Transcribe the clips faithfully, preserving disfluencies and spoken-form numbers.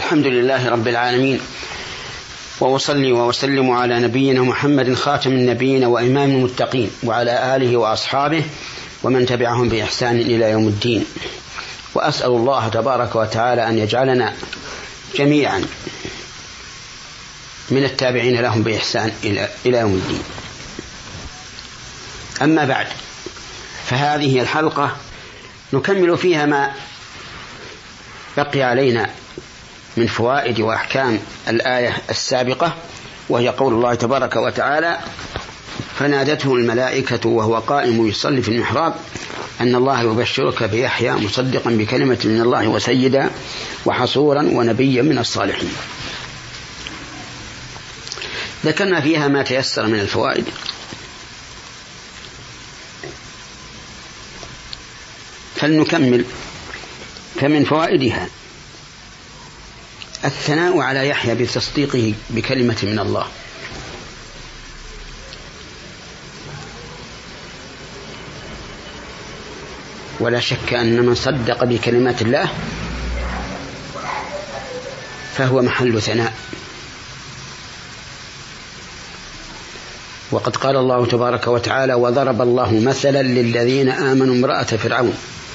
الحمد لله رب العالمين، وأصلي وأسلم على نبينا محمد خاتم النبيين وإمام المتقين، وعلى آله وأصحابه ومن تبعهم بإحسان إلى يوم الدين. وأسأل الله تبارك وتعالى أن يجعلنا جميعا من التابعين لهم بإحسان إلى يوم الدين. أما بعد، فهذه الحلقة نكمل فيها ما بقي علينا من فوائد وأحكام الآية السابقة، وهي قول الله تبارك وتعالى: فنادته الملائكة وهو قائم يصلي في المحراب أن الله يبشرك بيحيى مصدقا بكلمة من الله وسيدا وحصورا ونبيا من الصالحين. ذكرنا فيها ما تيسر من الفوائد، فلنكمل. فمن فوائدها الثناء على يحيى بتصديقه بكلمة من الله، ولا شك أن من صدق بكلمات الله فهو محل ثناء. وقد قال الله تبارك وتعالى: وضرب الله مثلا للذين آمنوا امرأة فرعون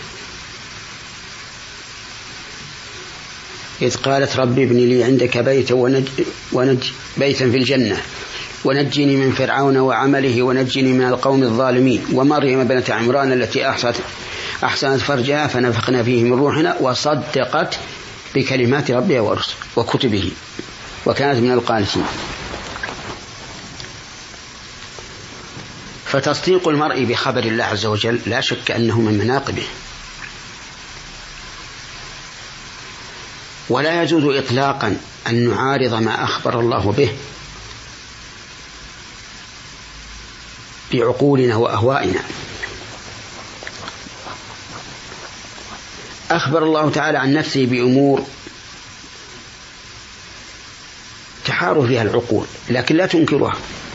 إذ قالت رب ابن لي عندك بيتا ونج ونج بيتا في الجنة ونجني من فرعون وعمله ونجني من القوم الظالمين ومريم بنة عمران التي أحصت أحسنت فرجها فنفخنا فيه من روحنا وصدقت بكلمات ربها وكتبه وكانت من القانتين. فتصديق المرء بخبر الله عز وجل لا شك أنه من مناقبه، ولا يجوز إطلاقا أن نعارض ما أخبر الله به بعقولنا وأهوائنا. أخبر الله تعالى عن نفسه بأمور تحار فيها العقول لكن لا تنكرها،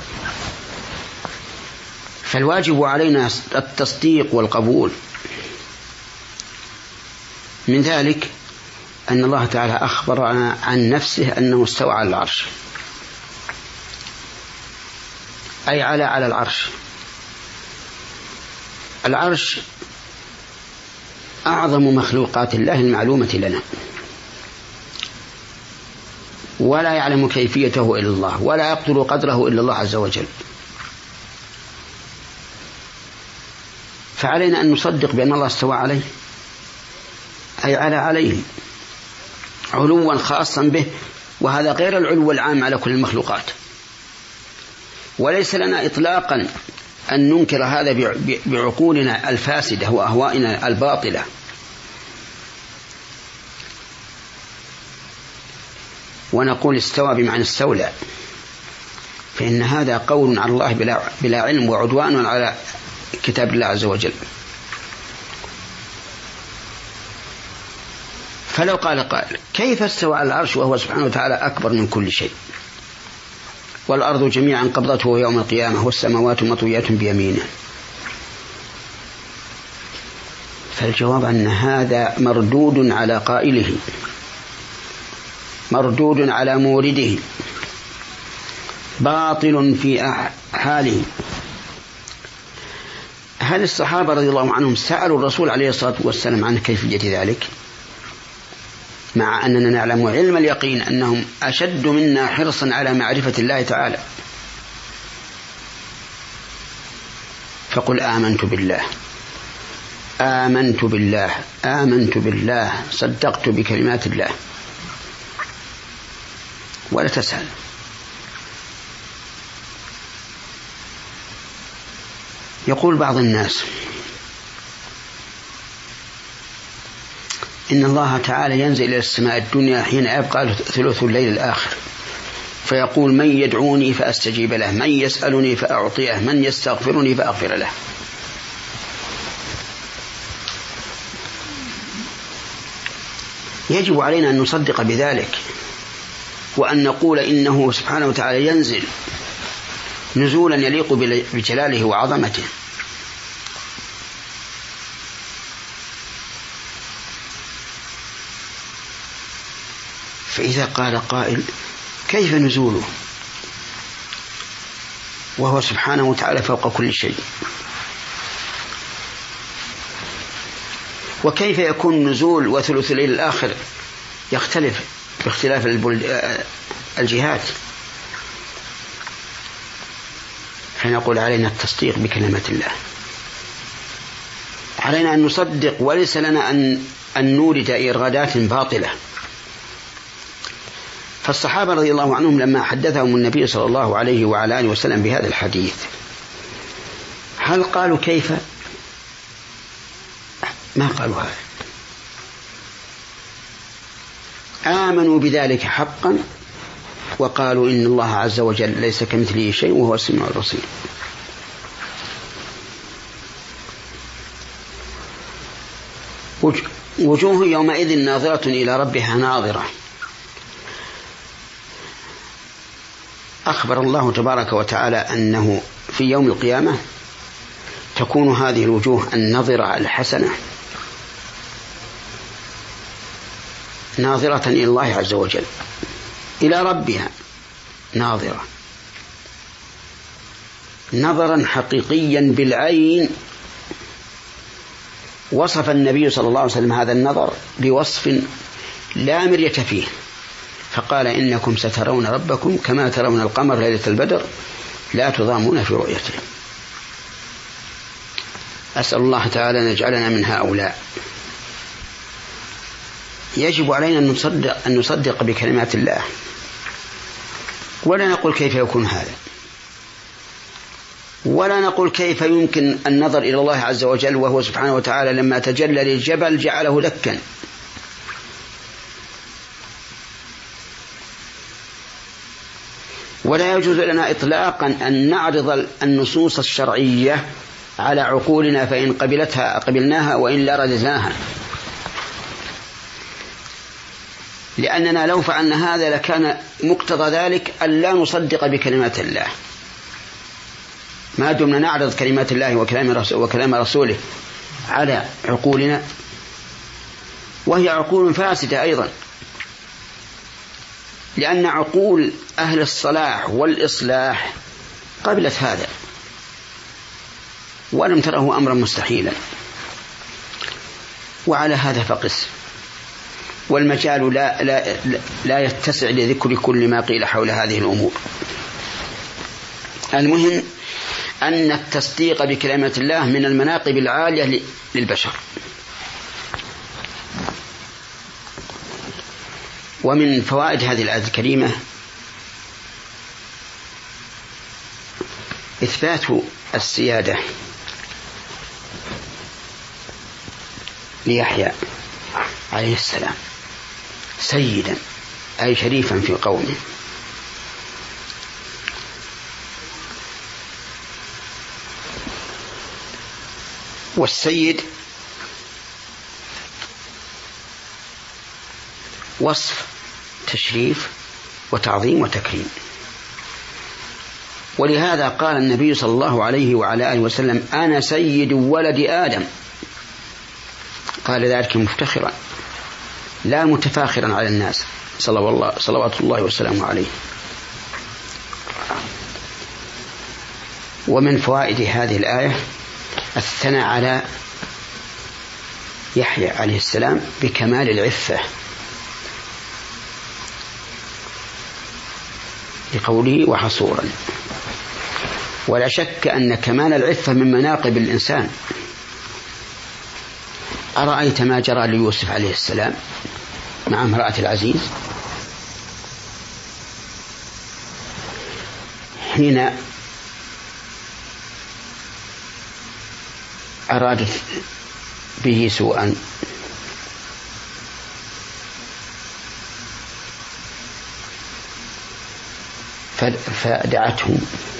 فالواجب علينا التصديق والقبول. من ذلك أن الله تعالى أخبر عن نفسه أنه استوى على العرش، أي على على العرش. العرش أعظم مخلوقات الله المعلومة لنا، ولا يعلم كيفيته إلا الله، ولا يقدر قدره إلا الله عز وجل. فعلينا أن نصدق بأن الله استوى عليه، أي على عليه علوا خاصا به، وهذا غير العلو العام على كل المخلوقات. وليس لنا إطلاقا أن ننكر هذا بعقولنا الفاسدة وأهوائنا الباطلة. ونقول استوى بمعنى استولى، فإن هذا قول على الله بلا, بلا علم وعدوان على كتاب الله عز وجل. فلو قال قائل: كيف استوى على العرش وهو سبحانه وتعالى أكبر من كل شيء، والأرض جميعا قبضته يوم القيامة والسماوات مطويات بيمينه؟ فالجواب أن هذا مردود على قائله، مردود على مورده، باطل في حاله. هل الصحابة رضي الله عنهم سألوا الرسول عليه الصلاة والسلام عن كيفية ذلك، مع أننا نعلم علم اليقين أنهم أشد منا حرصا على معرفة الله تعالى؟ فقل آمنت بالله آمنت بالله آمنت بالله صدقت بكلمات الله، ولا تسأل. يقول بعض الناس: إن الله تعالى ينزل إلى السماء الدنيا حين يبقى ثلث الليل الآخر فيقول: من يدعوني فأستجيب له، من يسألني فأعطيه، من يستغفرني فأغفر له. يجب علينا أن نصدق بذلك، وأن نقول إنه سبحانه وتعالى ينزل نزولا يليق بجلاله وعظمته. فإذا قال قائل كيف نزوله وهو سبحانه وتعالى فوق كل شيء؟ وكيف يكون نزول وثلث الليل الآخر يختلف باختلاف الجهات؟ فنقول علينا التصديق بكلمات الله، علينا أن نصدق، وليس لنا أن أن نورد إرغادات باطلة. فالصحابة رضي الله عنهم لما حدثهم النبي صلى الله عليه وعلى آله وسلم بهذا الحديث هل قالوا كيف؟ ما قالوا هذا، آمنوا بذلك حقا وقالوا إن الله عز وجل ليس كمثله شيء وهو السميع البصير. وجوه يومئذ ناظرة إلى ربها ناظرة. أخبر الله تبارك وتعالى أنه في يوم القيامة تكون هذه الوجوه النظرة الحسنة ناظرة إلى الله عز وجل، إلى ربها ناظرة نظرا حقيقيا بالعين. وصف النبي صلى الله عليه وسلم هذا النظر بوصف لا مرية فيه، فقال إنكم سترون ربكم كما ترون القمر ليلة البدر لا تضامون في رؤيته. أسأل الله تعالى أن يجعلنا من هؤلاء. يجب علينا أن نصدق, أن نصدق بكلمات الله، ولا نقول كيف يكون هذا، ولا نقول كيف يمكن النظر إلى الله عز وجل وهو سبحانه وتعالى لما تجلى للجبل جعله دكا. ولا يجوز لنا إطلاقا أن نعرض النصوص الشرعية على عقولنا، فإن قبلتها قبلناها وإن لا رددناها، لأننا لو فعلنا هذا لكان مقتضى ذلك أن لا نصدق بكلمات الله، ما دمنا نعرض كلمات الله وكلام رسوله على عقولنا، وهي عقول فاسدة أيضا، لأن عقول أهل الصلاح والإصلاح قبلت هذا ولم تره أمرا مستحيلا. وعلى هذا فقس، والمجال لا, لا, لا يتسع لذكر كل ما قيل حول هذه الأمور. المهم أن التصديق بكلمات الله من المناقب العالية للبشر. ومن فوائد هذه الآية الكريمة إثبات السيادة ليحيى عليه السلام سيدا أي شريفا في قومه. والسيد وصف تشريف وتعظيم وتكريم، ولهذا قال النبي صلى الله عليه وعلى آله وسلم أنا سيد ولد آدم، قال ذلك مفتخرا لا متفاخرا على الناس صلوات الله وسلامه عليه. ومن فوائد هذه الآية الثناء على يحيى عليه السلام بكمال العفة، لقوله وحصورا. ولا شك أن كمال العفة من مناقب الإنسان. أرأيت ما جرى ليوسف عليه السلام مع امرأة العزيز حين أرادت به سوءا فدعته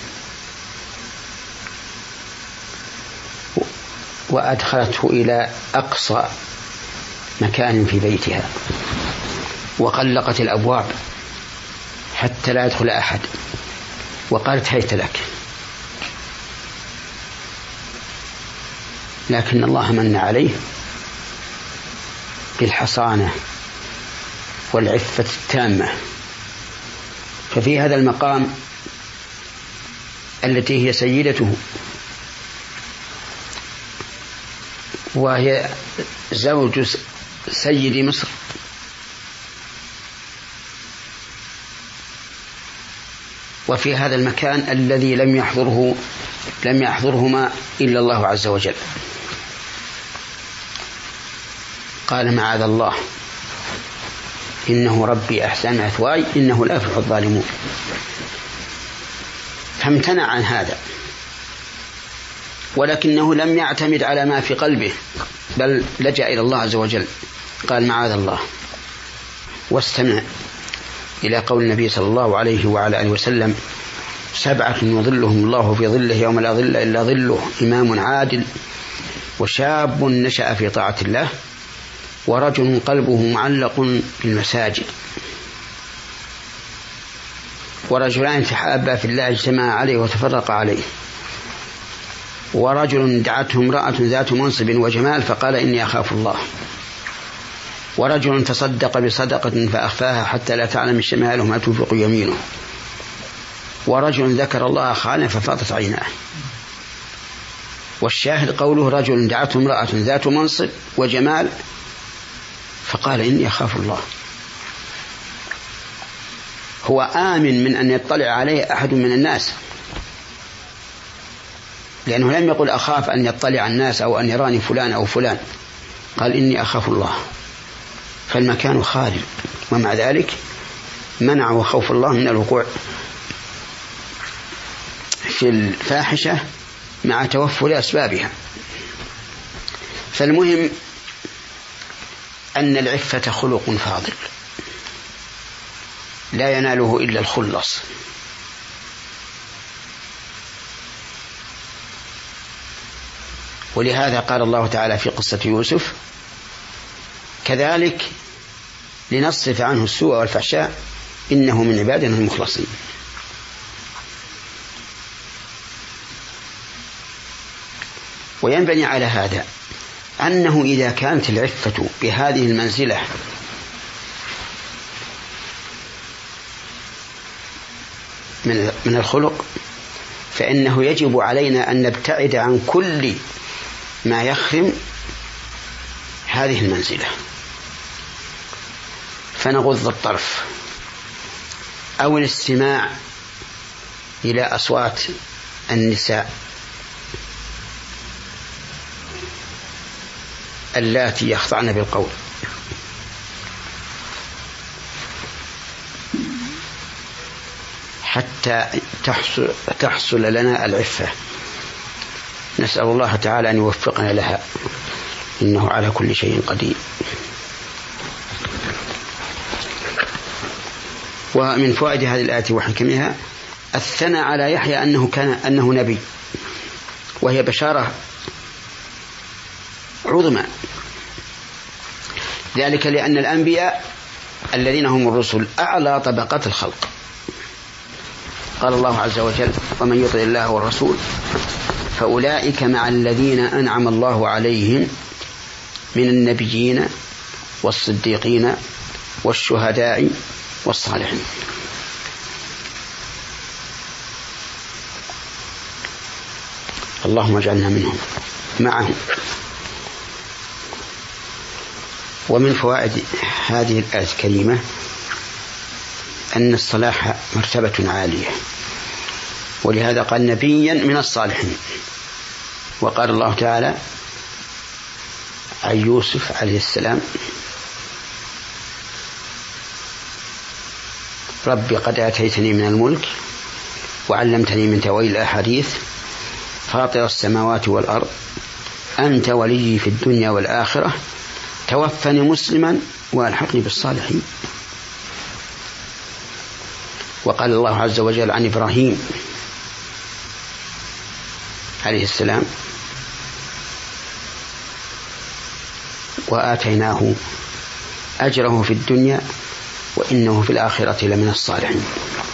وأدخلته إلى أقصى مكان في بيتها وغلقت الأبواب حتى لا يدخل أحد، وقالت هيت لك. لكن الله من عليه بالحصانة والعفة التامة. ففي هذا المقام التي هي سيدته وهي زوج سيد مصر وفي هذا المكان الذي لم يحضره لم يحضرهما إلا الله عز وجل، قال معاذ الله إنه ربي أحسن مثواي إنه لا يفلح الظالمون، فامتنع عن هذا، ولكنه لم يعتمد على ما في قلبه بل لجأ إلى الله عز وجل، قال معاذ الله. واستمع إلى قول النبي صلى الله عليه وعلى آله وسلم: سبعة يظلهم الله في ظله يوم لا ظل إلا ظله: إمام عادل، وشاب نشأ في طاعة الله، ورجل قلبه معلق بالمساجد، ورجلان تحابا في الله اجتمعا عليه وتفرقا عليه، ورجل دعته امرأة ذات منصب وجمال فقال إني أخاف الله، ورجل تصدق بصدقة فأخفاها حتى لا تعلم شماله ما تنفق يمينه، ورجل ذكر الله خاليا ففاضت عيناه. والشاهد قوله: رجل دعته امرأة ذات منصب وجمال فقال إني أخاف الله. هو آمن من أن يطلع عليه أحد من الناس، لأنه لم يقل أخاف أن يطلع الناس أو أن يراني فلان أو فلان، قال إني أخاف الله، فالمكان خالي، ومع ذلك منعه خوف الله من الوقوع في الفاحشة مع توفر أسبابها. فالمهم أن العفة خلق فاضل لا يناله إلا الخلص، ولهذا قال الله تعالى في قصة يوسف: كذلك لنصرف عنه السوء والفحشاء إنه من عبادنا المخلصين. وينبني على هذا أنه إذا كانت العفة بهذه المنزلة من الخلق، فإنه يجب علينا أن نبتعد عن كل ما يخرم هذه المنزلة، فنغض الطرف أو الاستماع إلى أصوات النساء اللاتي يخضعن بالقول، حتى تحصل, تحصل لنا العفة. نسأل الله تعالى أن يوفقنا لها إنه على كل شيء قدير. ومن فوائد هذه الآية وحكمها الثناء على يحيى أنه كان أنه نبي، وهي بشارة عظمى، ذلك لأن الأنبياء الذين هم الرسل أعلى طبقات الخلق. قال الله عز وجل: ومن يطع الله والرسول فأولئك مع الذين أنعم الله عليهم من النبيين والصديقين والشهداء والصالحين. اللهم اجعلنا منهم معهم. ومن فوائد هذه الآية الكريمة أن الصلاح مرتبة عالية، ولهذا قال نبيا من الصالحين. وقال الله تعالى عن يوسف عليه السلام: ربي قد آتيتني من الملك وعلمتني من تأويل الأحاديث فاطر السماوات والأرض أنت ولي في الدنيا والآخرة توفني مسلما وألحقني بالصالحين. وقال الله عز وجل عن إبراهيم عليه السلام: وآتيناه أجره في الدنيا وإنه في الآخرة لمن الصالحين.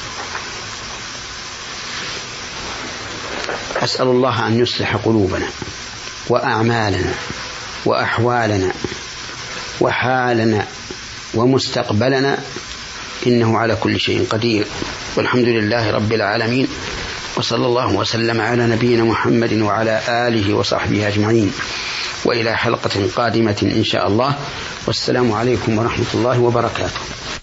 أسأل الله أن يصلح قلوبنا وأعمالنا وأحوالنا وحالنا ومستقبلنا، إنه على كل شيء قدير. والحمد لله رب العالمين، وصلى الله وسلم على نبينا محمد وعلى آله وصحبه أجمعين، وإلى حلقة قادمة إن شاء الله، والسلام عليكم ورحمة الله وبركاته.